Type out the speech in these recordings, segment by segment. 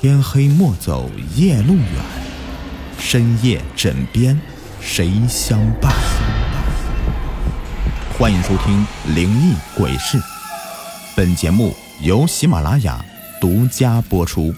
天黑莫走夜路远，深夜枕边谁相伴？欢迎收听灵异鬼事，本节目由喜马拉雅独家播出。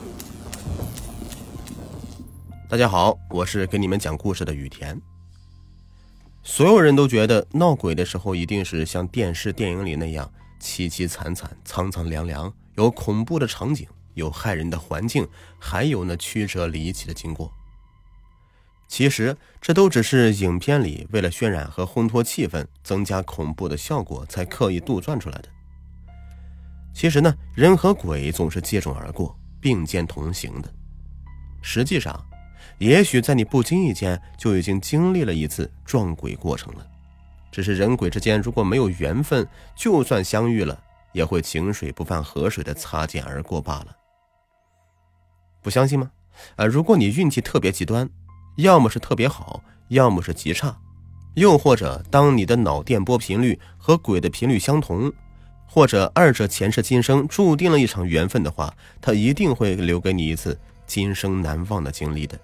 大家好，我是给你们讲故事的雨田。所有人都觉得闹鬼的时候一定是像电视电影里那样凄凄惨惨苍苍凉凉，有恐怖的场景，有骇人的环境，还有那曲折离奇的经过。其实这都只是影片里为了渲染和烘托气氛，增加恐怖的效果才刻意杜撰出来的。其实呢，人和鬼总是接踵而过，并肩同行的。实际上也许在你不经意间就已经经历了一次撞鬼过程了，只是人鬼之间如果没有缘分，就算相遇了也会井水不犯河水的擦肩而过罢了。不相信吗？如果你运气特别极端，要么是特别好，要么是极差，又或者当你的脑电波频率和鬼的频率相同，或者二者前世今生注定了一场缘分的话，它一定会留给你一次今生难忘的经历的。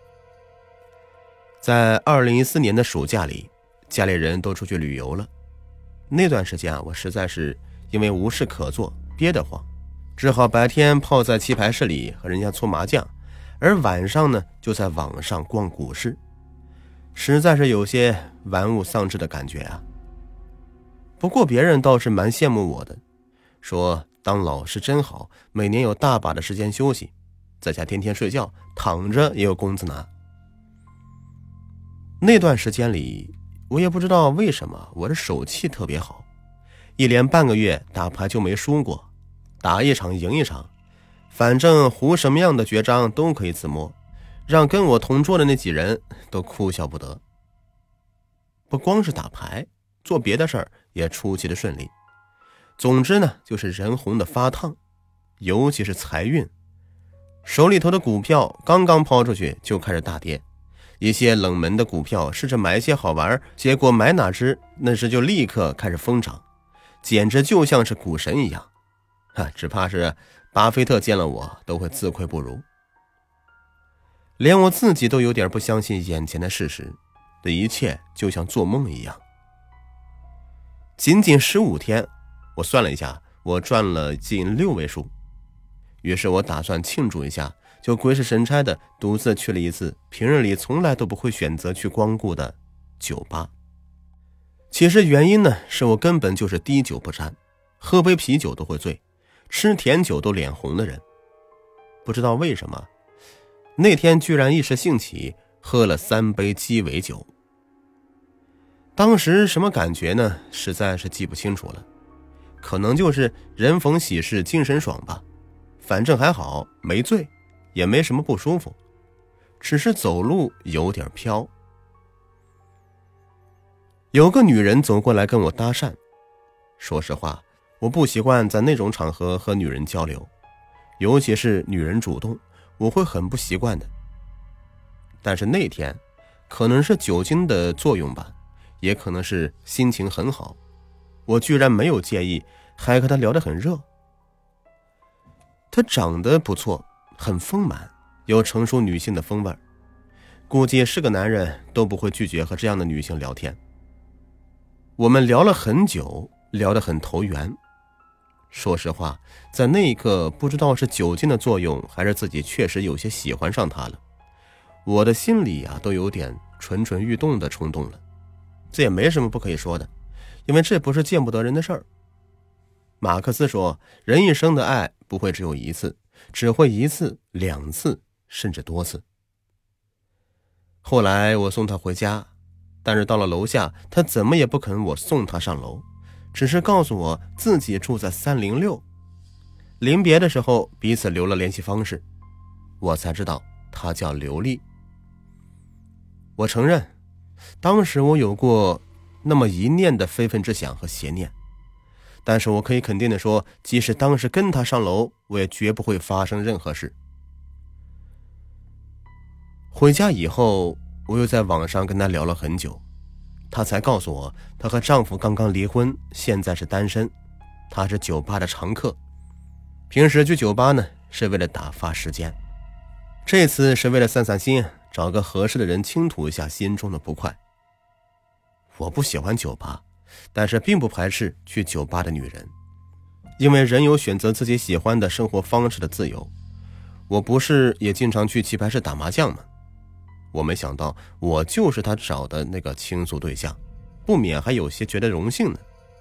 在2014年的暑假里，家里人都出去旅游了。那段时间我实在是因为无事可做，憋得慌，只好白天泡在棋牌室里和人家搓麻将，而晚上呢就在网上逛股市，实在是有些玩物丧志的感觉啊。不过别人倒是蛮羡慕我的，说当老师真好，每年有大把的时间休息，在家天天睡觉，躺着也有工资拿。那段时间里，我也不知道为什么我的手气特别好，一连半个月打牌就没输过，打一场赢一场，反正胡什么样的绝招都可以自摸，让跟我同桌的那几人都哭笑不得。不光是打牌，做别的事儿也出奇的顺利。总之呢，就是人红的发烫，尤其是财运，手里头的股票刚刚抛出去就开始大跌。一些冷门的股票试着买些好玩，结果买哪只那时就立刻开始疯涨，简直就像是股神一样，只怕是巴菲特见了我都会自愧不如。连我自己都有点不相信眼前的事实，这一切就像做梦一样。仅仅15天，我算了一下，我赚了近6位数。于是我打算庆祝一下，就鬼使神差的独自去了一次平日里从来都不会选择去光顾的酒吧。其实原因呢，是我根本就是滴酒不沾，喝杯啤酒都会醉，吃甜酒都脸红的人。不知道为什么，那天居然一时兴起喝了3杯鸡尾酒。当时什么感觉呢？实在是记不清楚了，可能就是人逢喜事精神爽吧。反正还好没醉，也没什么不舒服，只是走路有点飘。有个女人走过来跟我搭讪，说实话，我不习惯在那种场合和女人交流，尤其是女人主动，我会很不习惯的。但是那天可能是酒精的作用吧，也可能是心情很好，我居然没有介意，还和她聊得很热。她长得不错，很丰满，有成熟女性的风味，估计是个男人都不会拒绝和这样的女性聊天。我们聊了很久，聊得很投缘。说实话，在那一刻不知道是酒精的作用，还是自己确实有些喜欢上她了，我的心里都有点蠢蠢欲动的冲动了。这也没什么不可以说的，因为这不是见不得人的事儿。马克思说，人一生的爱不会只有一次，只会1次、2次，甚至多次。后来我送他回家，但是到了楼下，他怎么也不肯我送他上楼，只是告诉我自己住在306。临别的时候，彼此留了联系方式，我才知道他叫刘丽。我承认，当时我有过那么一念的非分之想和邪念，但是我可以肯定的说，即使当时跟他上楼，我也绝不会发生任何事。回家以后，我又在网上跟他聊了很久，她才告诉我，她和丈夫刚刚离婚，现在是单身，她是酒吧的常客，平时去酒吧呢是为了打发时间，这次是为了散散心，找个合适的人倾吐一下心中的不快。我不喜欢酒吧，但是并不排斥去酒吧的女人，因为人有选择自己喜欢的生活方式的自由。我不是也经常去棋牌室打麻将吗？我没想到我就是他找的那个倾诉对象，不免还有些觉得荣幸呢。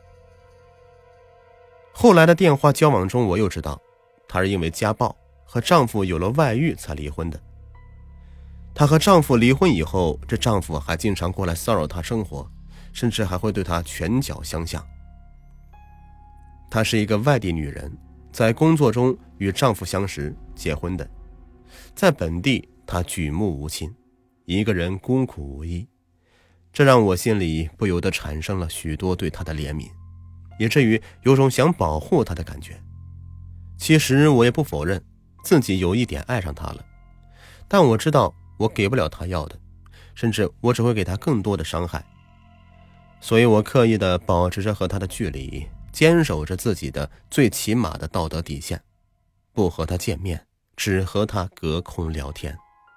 后来的电话交往中，我又知道她是因为家暴和丈夫有了外遇才离婚的。她和丈夫离婚以后，这丈夫还经常过来骚扰她生活，甚至还会对她拳脚相向。她是一个外地女人，在工作中与丈夫相识结婚的，在本地她举目无亲，一个人孤苦无依，这让我心里不由得产生了许多对她的怜悯，以至于有种想保护她的感觉。其实我也不否认自己有一点爱上她了，但我知道我给不了她要的，甚至我只会给她更多的伤害，所以我刻意地保持着和她的距离，坚守着自己的最起码的道德底线，不和她见面，只和她隔空聊天。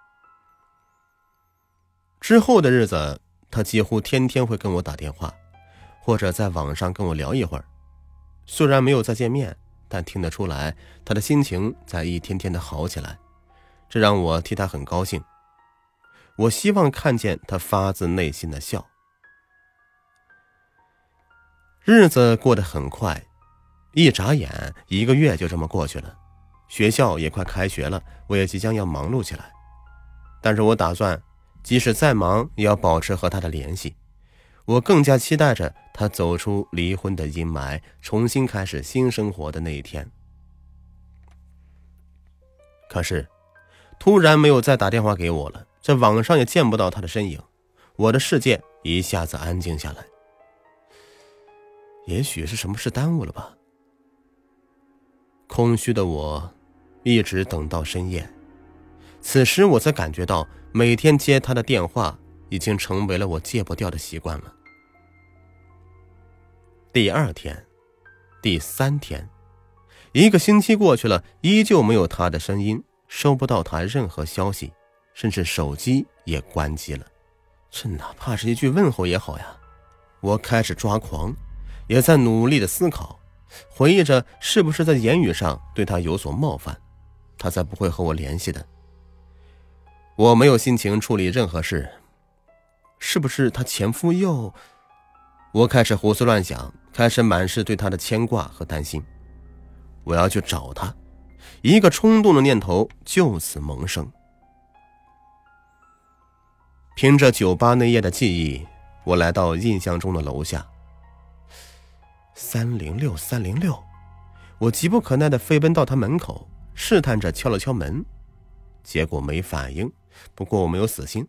之后的日子，她几乎天天会跟我打电话，或者在网上跟我聊一会儿。虽然没有再见面，但听得出来她的心情在一天天的好起来，这让我替她很高兴。我希望看见她发自内心的笑。日子过得很快，一眨眼1个月就这么过去了。学校也快开学了，我也即将要忙碌起来。但是我打算即使再忙也要保持和她的联系。我更加期待着她走出离婚的阴霾，重新开始新生活的那一天。可是突然没有再打电话给我了，在网上也见不到她的身影，我的世界一下子安静下来。也许是什么事耽误了吧。空虚的我一直等到深夜，此时我才感觉到每天接她的电话已经成为了我戒不掉的习惯了。第2天，第3天，1个星期过去了，依旧没有她的声音，收不到她任何消息，甚至手机也关机了。这哪怕是一句问候也好呀。我开始抓狂，也在努力的思考，回忆着是不是在言语上对她有所冒犯，她才不会和我联系的。我没有心情处理任何事，是不是她前夫又……我开始胡思乱想，开始满是对她的牵挂和担心。我要去找她，一个冲动的念头就此萌生。凭着酒吧那夜的记忆，我来到印象中的楼下。306 306，我急不可耐地飞奔到他门口，试探着敲了敲门，结果没反应。不过我没有死心。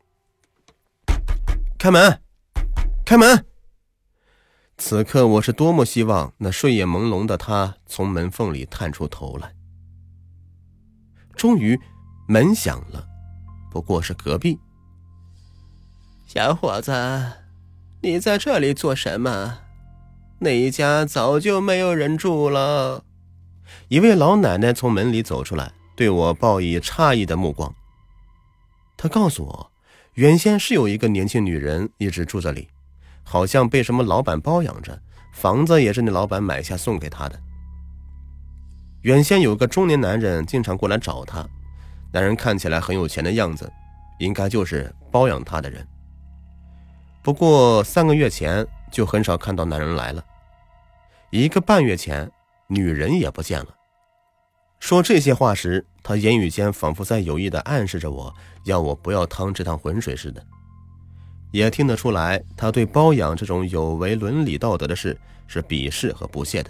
开门，开门！此刻我是多么希望那睡眼朦胧的他从门缝里探出头来。终于门响了，不过是隔壁。小伙子，你在这里做什么？那一家早就没有人住了。一位老奶奶从门里走出来，对我报以诧异的目光。她告诉我，原先是有一个年轻女人一直住这里，好像被什么老板包养着，房子也是那老板买下送给她的。原先有个中年男人经常过来找她，男人看起来很有钱的样子，应该就是包养她的人。不过3个月前就很少看到男人来了，1个半月前女人也不见了。说这些话时，他言语间仿佛在有意地暗示着我，要我不要趟这趟浑水似的。也听得出来，他对包养这种有违伦理道德的事是鄙视和不屑的。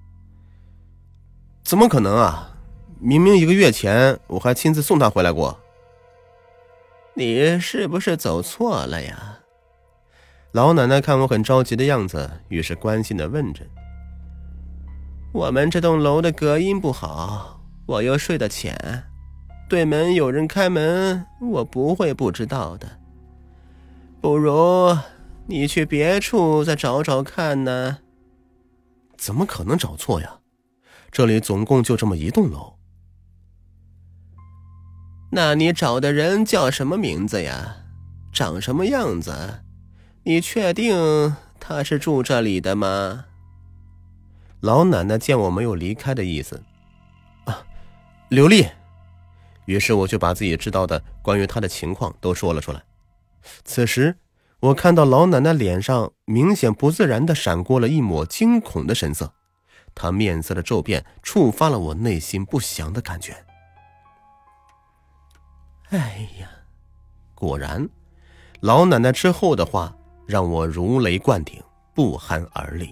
怎么可能啊？明明1个月前我还亲自送他回来过。你是不是走错了呀？老奶奶看我很着急的样子，于是关心地问着。我们这栋楼的隔音不好，我又睡得浅，对门有人开门，我不会不知道的。不如你去别处再找找看呢。怎么可能找错呀？这里总共就这么1栋楼， 那你找的人叫什么名字呀？长什么样子？你确定他是住这里的吗？老奶奶见我没有离开的意思，刘丽。于是我就把自己知道的关于她的情况都说了出来。此时我看到老奶奶脸上明显不自然地闪过了一抹惊恐的神色，她面色的骤变触发了我内心不祥的感觉。哎呀，果然老奶奶之后的话让我如雷贯顶，不寒而栗。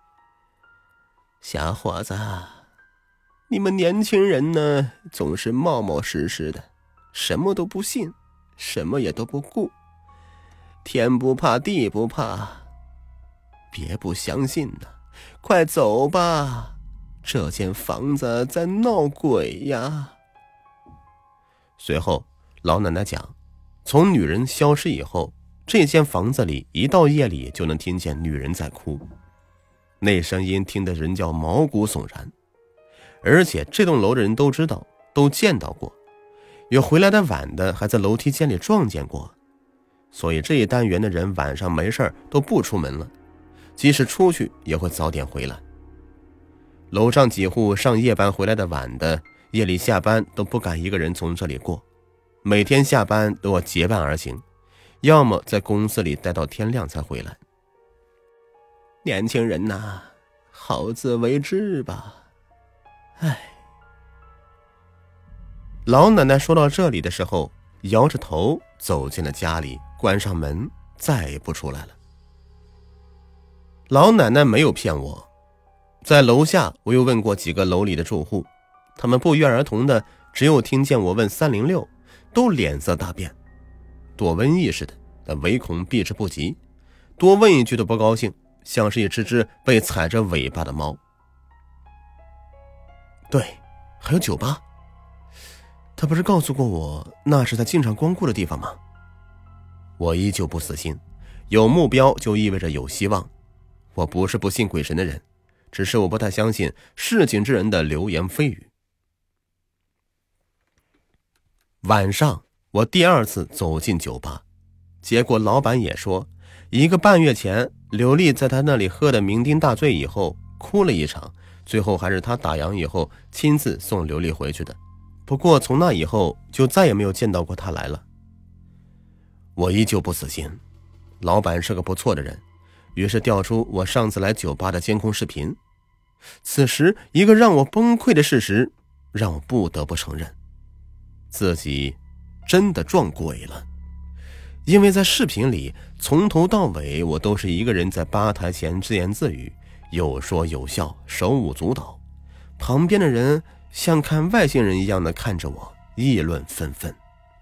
小伙子，你们年轻人呢，总是冒冒失失的，什么都不信，什么也都不顾，天不怕地不怕，别不相信呢，快走吧，这间房子在闹鬼呀。随后老奶奶讲，从女人消失以后，这间房子里一到夜里就能听见女人在哭，那声音听得人叫毛骨悚然。而且这栋楼的人都知道，都见到过，有回来的晚的还在楼梯间里撞见过，所以这一单元的人晚上没事都不出门了，即使出去也会早点回来。楼上几户上夜班回来的晚的，夜里下班都不敢一个人从这里过，每天下班都要结伴而行，要么在公司里待到天亮才回来。年轻人呐，好自为之吧。唉，老奶奶说到这里的时候，摇着头走进了家里，关上门，再也不出来了。老奶奶没有骗我，在楼下我又问过几个楼里的住户，他们不约而同的，只有听见我问306，都脸色大变，躲瘟疫似的，但唯恐避之不及，多问一句都不高兴，像是一只被踩着尾巴的猫。对，还有酒吧，他不是告诉过我那是他经常光顾的地方吗？我依旧不死心，有目标就意味着有希望。我不是不信鬼神的人，只是我不太相信市井之人的流言蜚语。晚上我第二次走进酒吧，结果老板也说，1个半月前刘丽在他那里喝得酩酊大醉以后哭了一场，最后还是他打烊以后亲自送刘丽回去的，不过从那以后就再也没有见到过他来了。我依旧不死心，老板是个不错的人，于是调出我上次来酒吧的监控视频。此时一个让我崩溃的事实让我不得不承认，自己真的撞鬼了。因为在视频里从头到尾我都是一个人在吧台前自言自语，有说有笑，手舞足蹈，旁边的人像看外星人一样的看着我，议论纷纷。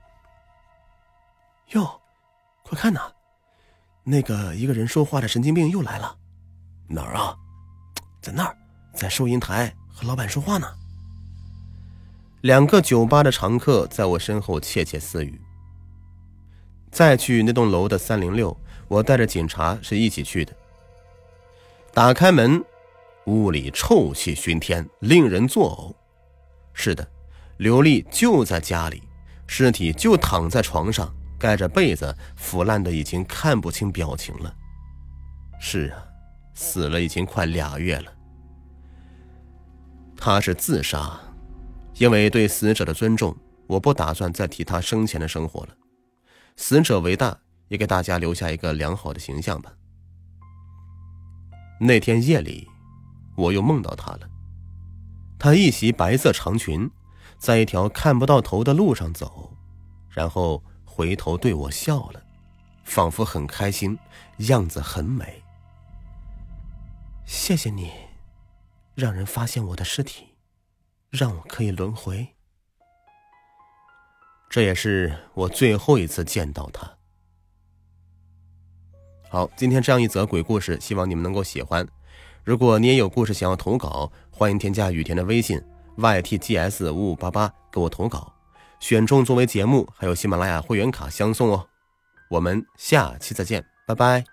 哟，快看呐，那个一个人说话的神经病又来了。哪儿啊？在那儿，在收银台和老板说话呢。2个酒吧的常客在我身后窃窃私语。再去那栋楼的306，我带着警察是一起去的。打开门，屋里臭气熏天，令人作呕。是的，刘丽就在家里，尸体就躺在床上，盖着被子，腐烂的已经看不清表情了。是啊，死了已经快2月了。他是自杀，因为对死者的尊重，我不打算再提他生前的生活了。死者为大，也给大家留下一个良好的形象吧。那天夜里，我又梦到他了。他一袭白色长裙，在一条看不到头的路上走，然后回头对我笑了，仿佛很开心，样子很美。谢谢你，让人发现我的尸体，让我可以轮回。这也是我最后一次见到他。好，今天这样一则鬼故事，希望你们能够喜欢。如果你也有故事想要投稿，欢迎添加雨田的微信 ytgs5588 给我投稿，选中作为节目，还有喜马拉雅会员卡相送哦。我们下期再见，拜拜。